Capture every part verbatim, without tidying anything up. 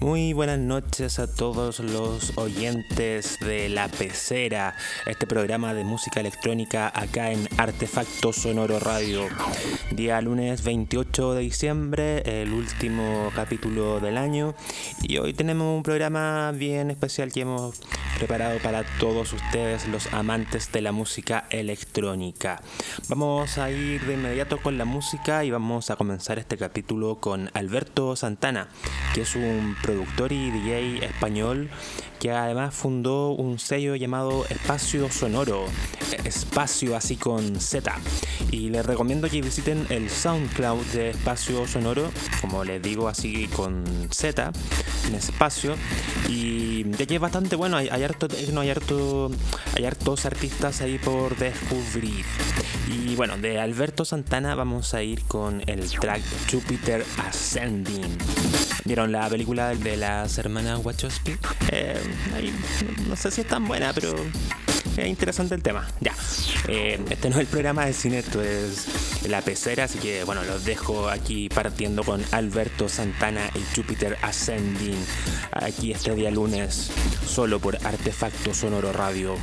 Muy buenas noches a todos los oyentes de La Pecera, este programa de música electrónica acá en Artefacto Sonoro Radio. Día lunes veintiocho de diciembre, el último capítulo del año, y hoy tenemos un programa bien especial que hemos preparado para todos ustedes, los amantes de la música electrónica. Vamos a ir de inmediato con la música y vamos a comenzar este capítulo con Alberto Santana, que es un productor y D J español que además fundó un sello llamado Espacio Sonoro, Espacio así con Z, y les recomiendo que visiten el SoundCloud de Espacio Sonoro, como les digo, así con Z en Espacio, y de aquí es bastante bueno. hay, hay harto tecno, hay harto hay hartos artistas ahí por descubrir. Y bueno, de Alberto Santana vamos a ir con el track Jupiter Ascending. ¿Vieron la película de las hermanas Wachowski? Eh, ahí, no sé si es tan buena, pero es interesante el tema. Ya, eh, este no es el programa de cine, esto es La Pecera, así que bueno, los dejo aquí partiendo con Alberto Santana y Jupiter Ascending, aquí este día lunes, solo por Artefacto Sonoro Radio.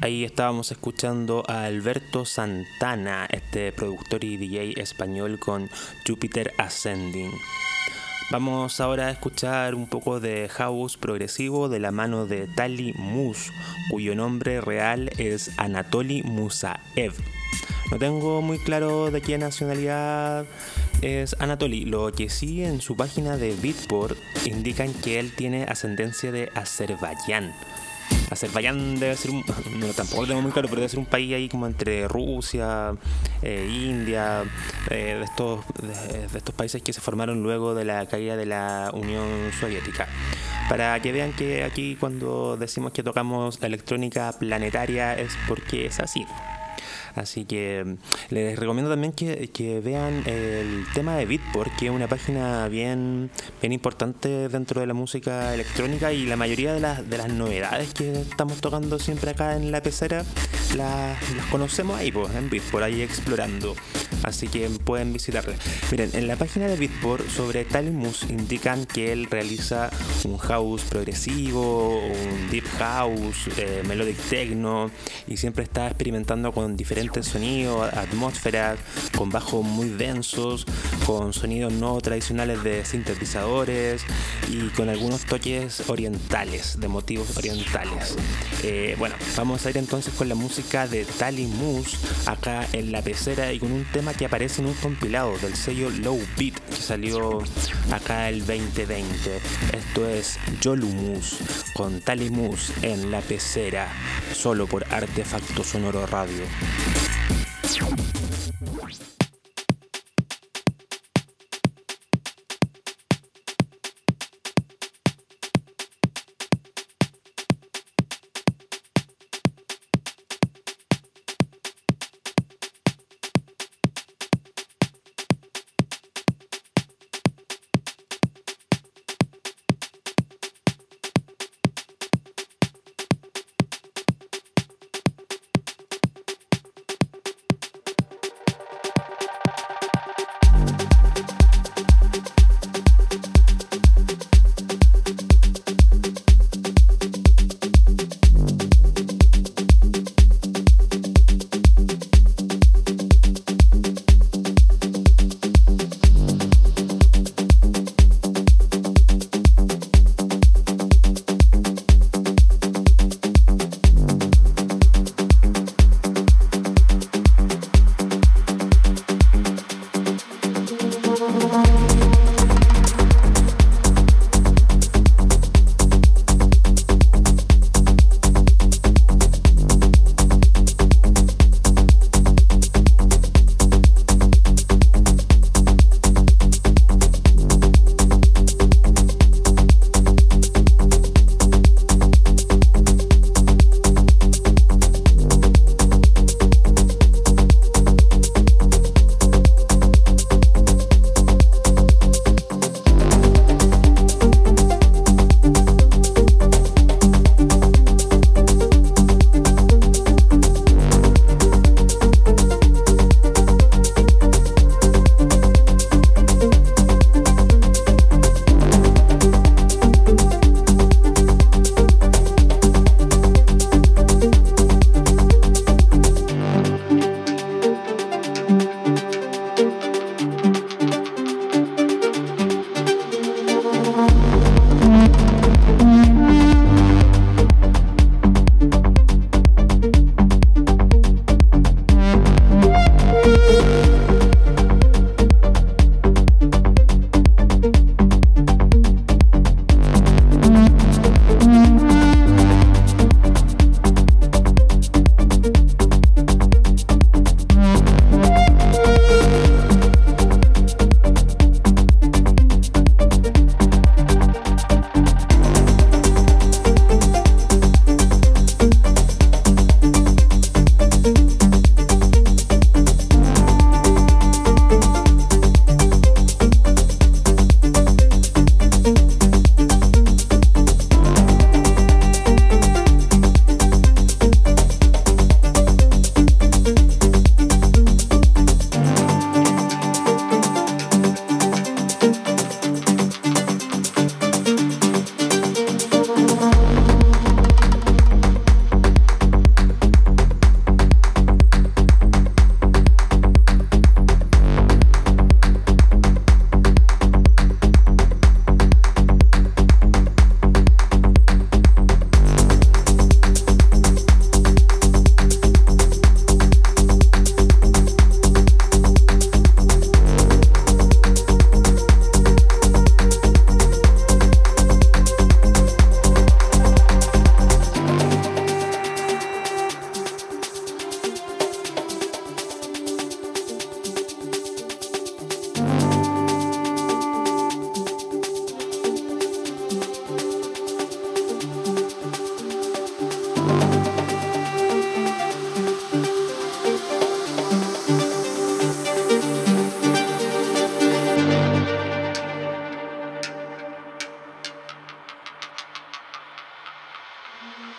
Ahí estábamos escuchando a Alberto Santana, este productor y D J español con Jupiter Ascending. Vamos ahora a escuchar un poco de house progresivo de la mano de Tali Mus, cuyo nombre real es Anatoly Musaev. No tengo muy claro de qué nacionalidad es Anatoly, lo que sí en su página de Beatport indican que él tiene ascendencia de Azerbaiyán. Azerbaiyán debe ser un, no, tampoco lo tengo muy claro, pero debe ser un país ahí como entre Rusia, eh, India, eh, de, estos, de, de estos países que se formaron luego de la caída de la Unión Soviética. Para que vean que aquí cuando decimos que tocamos electrónica planetaria es porque es así. Así que les recomiendo también que, que vean el tema de Beatport, que es una página bien, bien importante dentro de la música electrónica, y la mayoría de las, de las novedades que estamos tocando siempre acá en la pecera las, las conocemos ahí, pues, en Beatport, ahí explorando. Así que pueden visitarla. Miren, en la página de Beatport sobre Tali Mus indican que él realiza un house progresivo, un deep house, eh, melodic techno, y siempre está experimentando con diferentes sonidos, atmósferas, con bajos muy densos, con sonidos no tradicionales de sintetizadores y con algunos toques orientales, de motivos orientales. Eh, bueno, vamos a ir entonces con la música de Tali Mus acá en la pecera y con un tema que aparece en un compilado del sello Low Beat que salió acá el veinte veinte. Esto es Yolumus con Tali Mus en la pecera, solo por Artefacto Sonoro Radio.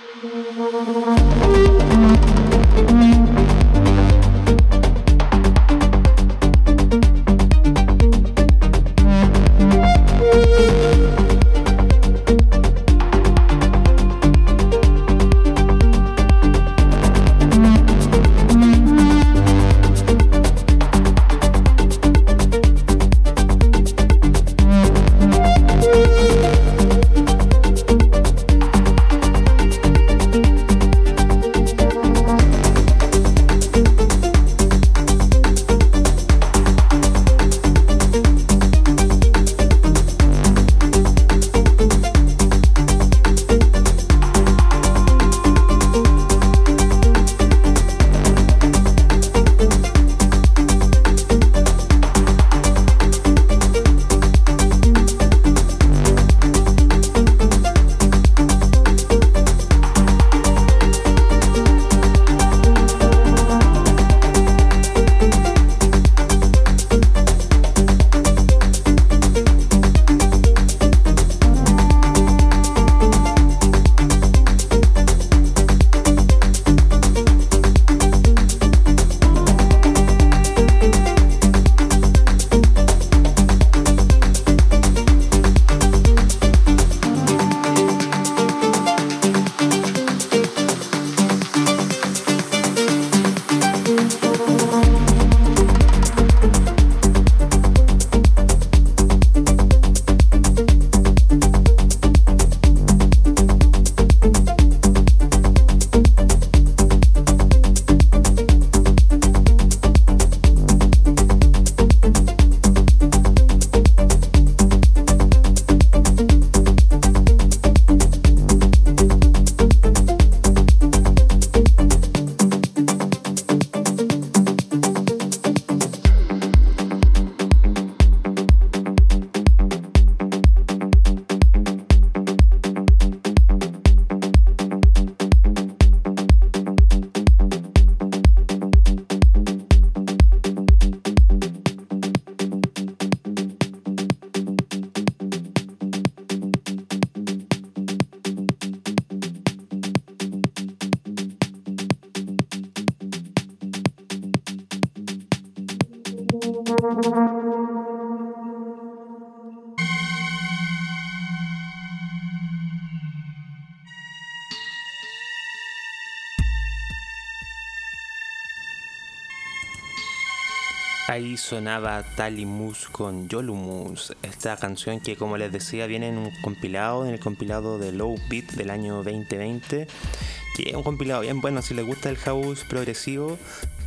Ahí sonaba Talimus con Yolumus, esta canción que, como les decía, viene en un compilado, en el compilado de Low Beat del año veinte veinte, que es un compilado bien bueno. Si les gusta el house progresivo,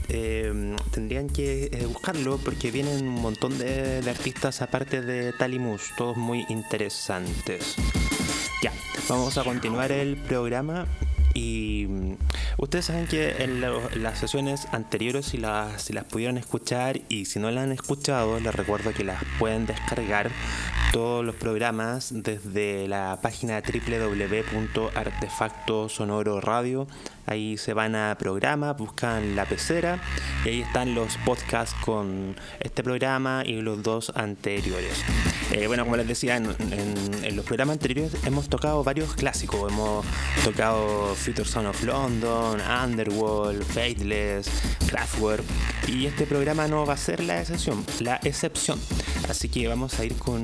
eh, tendrían que eh, buscarlo, porque vienen un montón de, de artistas aparte de Talimus, todos muy interesantes. Ya, vamos a continuar el programa. Y ustedes saben que en lo, las sesiones anteriores, si las, si las pudieron escuchar, y si no las han escuchado, les recuerdo que las pueden descargar todos los programas desde la página doble u doble u doble u punto artefacto sonoro radio. Ahí se van a programa, buscan La Pecera y ahí están los podcasts con este programa y los dos anteriores. Eh, bueno, como les decía, en, en, en los programas anteriores hemos tocado varios clásicos. Hemos tocado Future Sound of London, Underworld, Faithless, Kraftwerk, y este programa no va a ser la excepción, la excepción. Así que vamos a ir con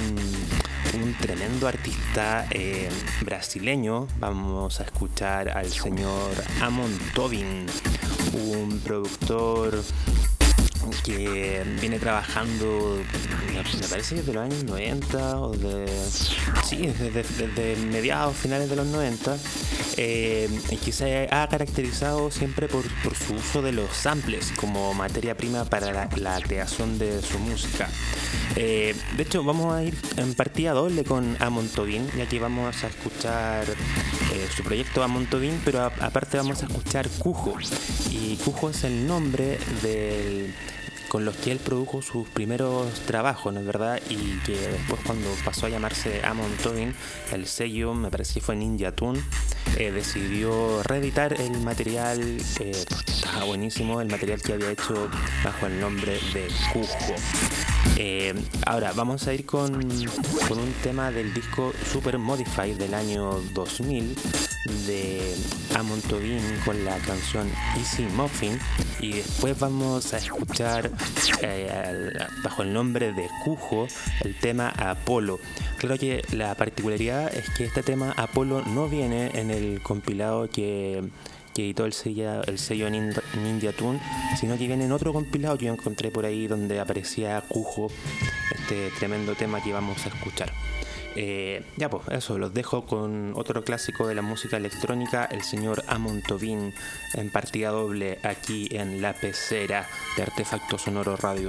un tremendo artista eh, brasileño. Vamos a escuchar al señor Amon Tobin, un productor que viene trabajando, me parece que desde los años noventa, o de sí, desde, desde mediados, finales de los noventa, eh, y que se ha caracterizado siempre por, por su uso de los samples como materia prima para la, la creación de su música. Eh, de hecho, vamos a ir en partida doble con Amon Tobin, y aquí vamos a escuchar eh, su proyecto Amon Tobin, pero a, aparte vamos a escuchar Cujo, y Cujo es el nombre del con los que él produjo sus primeros trabajos, ¿no es verdad? Y que después, cuando pasó a llamarse Amon Tobin, el sello, me parece que fue Ninja Tune, eh, decidió reeditar el material, eh, porque estaba buenísimo, el material que había hecho bajo el nombre de Cujo. Eh, ahora vamos a ir con, con un tema del disco Super Modified del año dos mil, de Amon Tobin con la canción Easy Muffin, y después vamos a escuchar eh, bajo el nombre de Cujo el tema Apolo. Claro que la particularidad es que este tema Apolo no viene en el compilado que, que editó el sello, el sello Ninja, Ninja Tune, sino que viene en otro compilado que yo encontré por ahí donde aparecía Cujo, este tremendo tema que vamos a escuchar. Eh, ya pues, eso, los dejo con otro clásico de la música electrónica, el señor Amon Tobin, en partida doble aquí en La Pecera de Artefacto Sonoro Radio.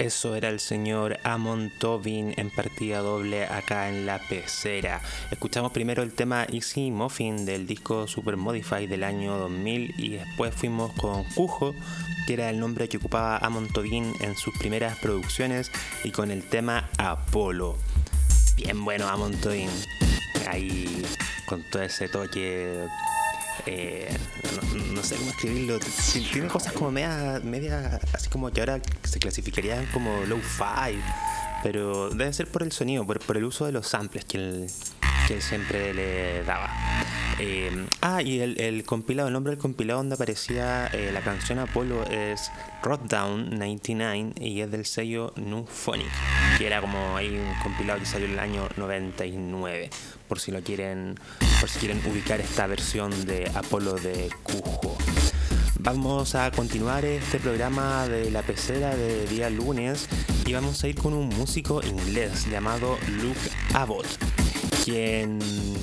Eso era el señor Amon Tobin en partida doble acá en La Pecera. Escuchamos primero el tema Easy Muffin del disco Super Modify del año dos mil y después fuimos con Cujo, que era el nombre que ocupaba Amon Tobin en sus primeras producciones, y con el tema Apolo. Bien bueno Amon Tobin, ahí con todo ese toque... Eh, no, no sé cómo escribirlo. Tiene cosas como media, media así como que ahora se clasificarían como low-fi, pero debe ser por el sonido, por, por el uso de los samples que él, que él siempre le daba. Eh, ah, y el, el compilado, el nombre del compilado donde aparecía eh, la canción Apolo es Rockdown noventa y nueve y es del sello Nuphonic, que era como ahí un compilado que salió en el año noventa y nueve, por si lo quieren, por si quieren ubicar esta versión de Apolo de Cujo. Vamos a continuar este programa de La Pecera de día lunes y vamos a ir con un músico inglés llamado Luke Abbott, quien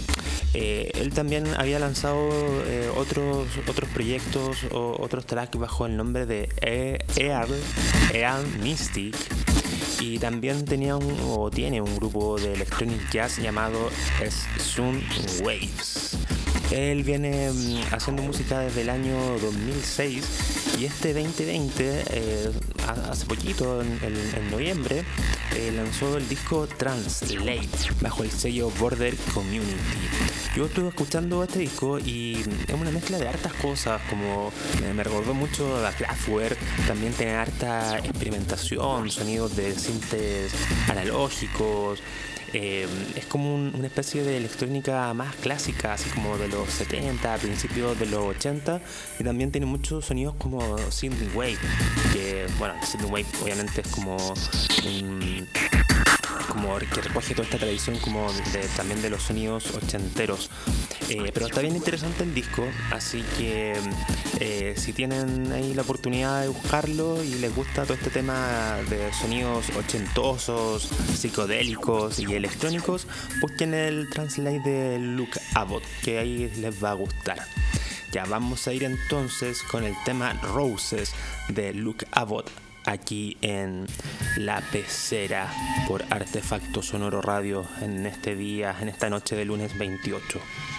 eh, él también había lanzado eh, otros otros proyectos o otros tracks bajo el nombre de Earl, Earl Mystic, y también tenía un, o tiene un grupo de electronic jazz llamado Sun Waves. Él viene um, haciendo música desde el año dos mil seis y este veinte veinte, eh, hace poquito, en, en, en noviembre, eh, lanzó el disco Translate bajo el sello Border Community. Yo estuve escuchando este disco y es una mezcla de hartas cosas, como eh, me recordó mucho a Kraftwerk, también tiene harta experimentación, sonidos de sintes analógicos. Eh, es como un, una especie de electrónica más clásica, así como de los setenta, principios de los ochenta, y también tiene muchos sonidos como synthwave, que bueno, synthwave obviamente es como un, como que recoge toda esta tradición como de, también de los sonidos ochenteros. Eh, pero está bien interesante el disco, así que eh, si tienen ahí la oportunidad de buscarlo y les gusta todo este tema de sonidos ochentosos, psicodélicos y electrónicos, busquen el Translate de Luke Abbott, que ahí les va a gustar. Ya vamos a ir entonces con el tema Roses de Luke Abbott, aquí en La Pecera por Artefacto Sonoro Radio en este día, en esta noche de lunes veintiocho.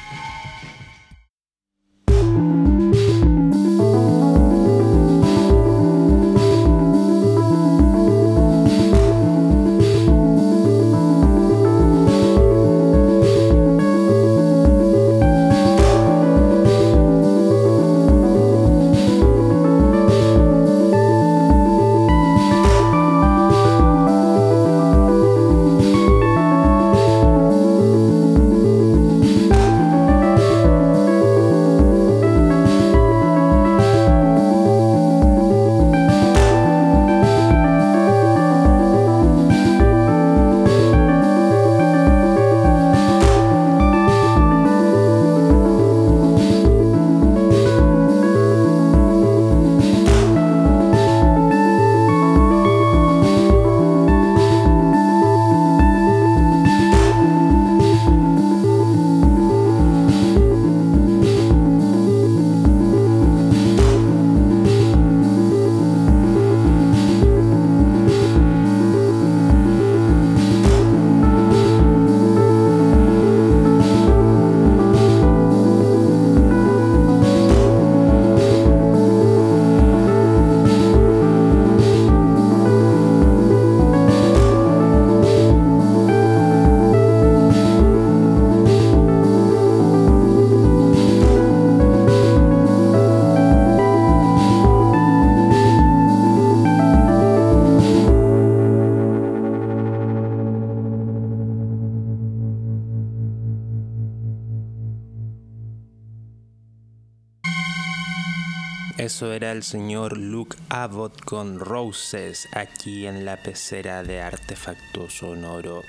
Eso era el señor Luke Abbott con Roses aquí en La Pecera de Artefacto Sonoro.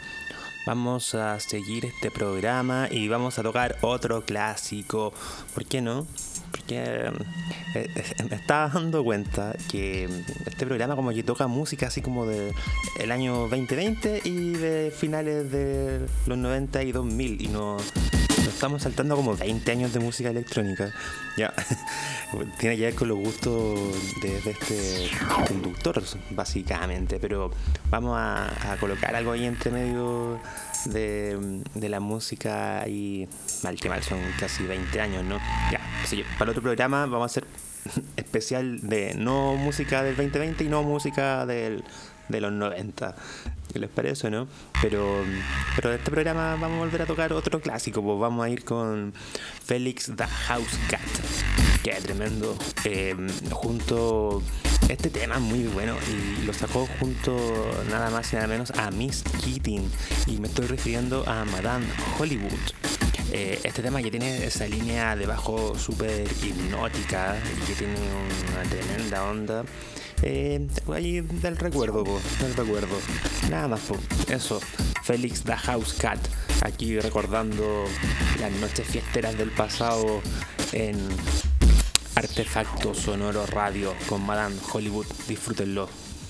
Vamos a seguir este programa y vamos a tocar otro clásico. ¿Por qué no? Porque eh, me estaba dando cuenta que este programa como que toca música así como de el año veinte veinte y de finales de los noventa y dos mil y no, nos estamos saltando como veinte años de música electrónica. Ya, tiene que ver con los gustos de, de este conductor, básicamente. Pero vamos a, a colocar algo ahí entre medio de, de la música y mal que mal, son casi veinte años, ¿no? Ya, así que para el otro programa vamos a hacer especial de no música del veinte veinte y no música del, de los noventa. ¿Qué les parece, no? Pero, pero de este programa vamos a volver a tocar otro clásico, pues vamos a ir con Felix the House Cat. Qué tremendo. Eh, junto... Este tema es muy bueno y lo sacó junto nada más y nada menos a Miss Keating, y me estoy refiriendo a Madame Hollywood. Eh, este tema que tiene esa línea de bajo súper hipnótica y que tiene una tremenda onda. Eh, ahí del recuerdo, po, del recuerdo. Nada más, po. Eso. Felix the House Cat, aquí recordando las noches fiesteras del pasado en Artefacto Sonoro Radio con Madame Hollywood. Disfrútenlo.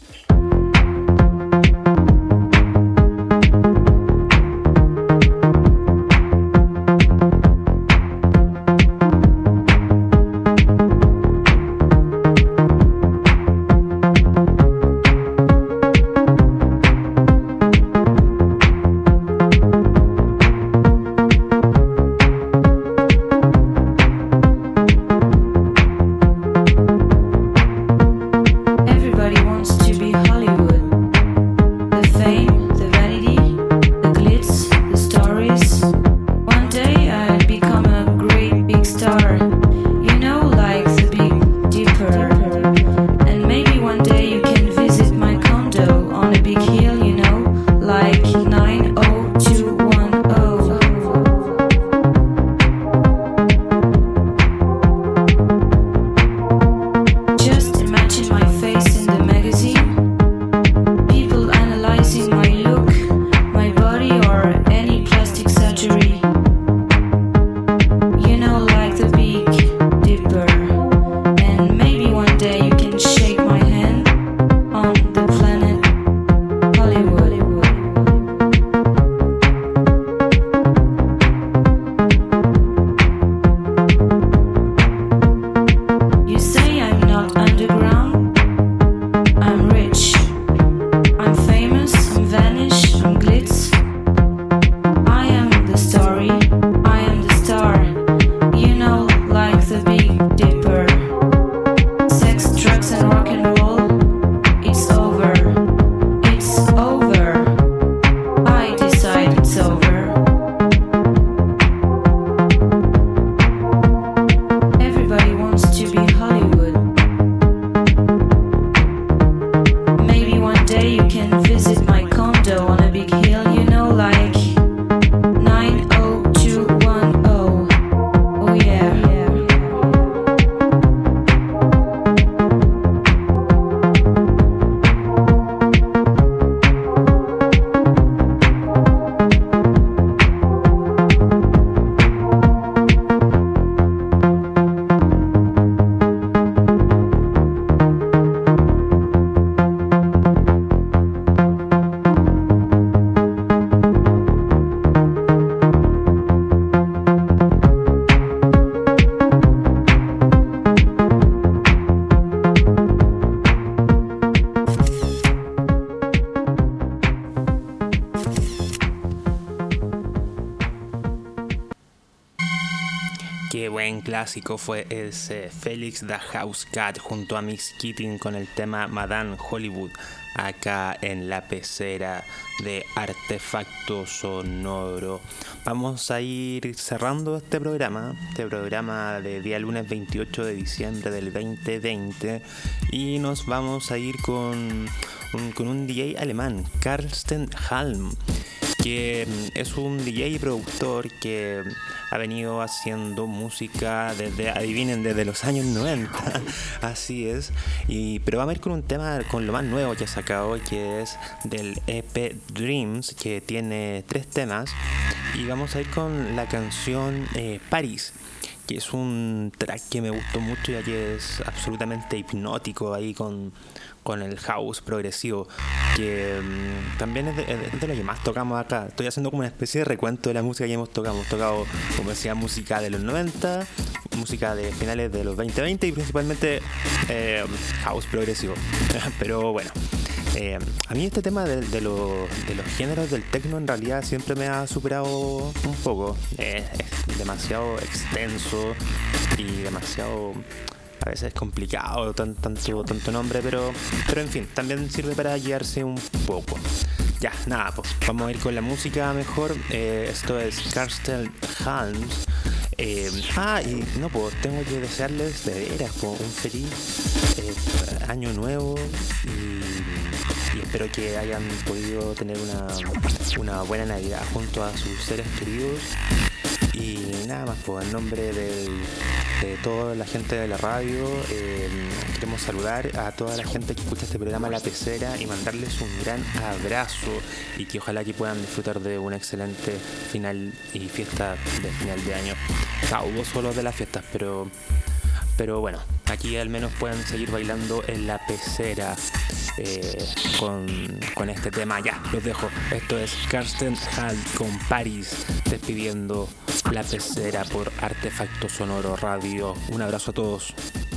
Qué buen clásico fue ese Felix the House Cat junto a Miss Keating con el tema Madame Hollywood, acá en la pecera de Artefacto Sonoro. Vamos a ir cerrando este programa, este programa de día lunes veintiocho de diciembre del veinte veinte, y nos vamos a ir con un, con un D J alemán, Carsten Halm, que es un D J y productor que ha venido haciendo música desde, adivinen, desde los años noventa, así es, y, pero vamos a ir con un tema, con lo más nuevo que ha sacado, que es del E P Dreams, que tiene tres temas, y vamos a ir con la canción eh, Paris, que es un track que me gustó mucho, ya que es absolutamente hipnótico ahí con, con el house progresivo, que um, también es de, es de lo que más tocamos acá. Estoy haciendo como una especie de recuento de la música que hemos tocado. Hemos tocado, como decía, música de los noventa, música de finales de los veinte veinte y principalmente eh, house progresivo. Pero bueno, eh, a mí este tema de, de, lo, de los géneros del techno en realidad siempre me ha superado un poco. Eh, es demasiado extenso y demasiado, a veces complicado, tan, tanto, tanto nombre, pero, pero en fin, también sirve para guiarse un poco. Ya, nada, pues vamos a ir con la música mejor. Eh, esto es Karsten Helms. Eh, ah, y no, pues tengo que desearles de veras pues, un feliz eh, año nuevo y, y espero que hayan podido tener una, una buena Navidad junto a sus seres queridos. Y nada más, pues en nombre del, de toda la gente de la radio, eh, queremos saludar a toda la gente que escucha este programa La Pecera y mandarles un gran abrazo y que ojalá que puedan disfrutar de un excelente final y fiesta de final de año. Ah, hubo solo de las fiestas, pero pero bueno, aquí al menos pueden seguir bailando en La Pecera eh, con, con este tema. Ya, los dejo. Esto es Karsten Hall con Paris, despidiendo La Pecera por Artefacto Sonoro Radio. Un abrazo a todos.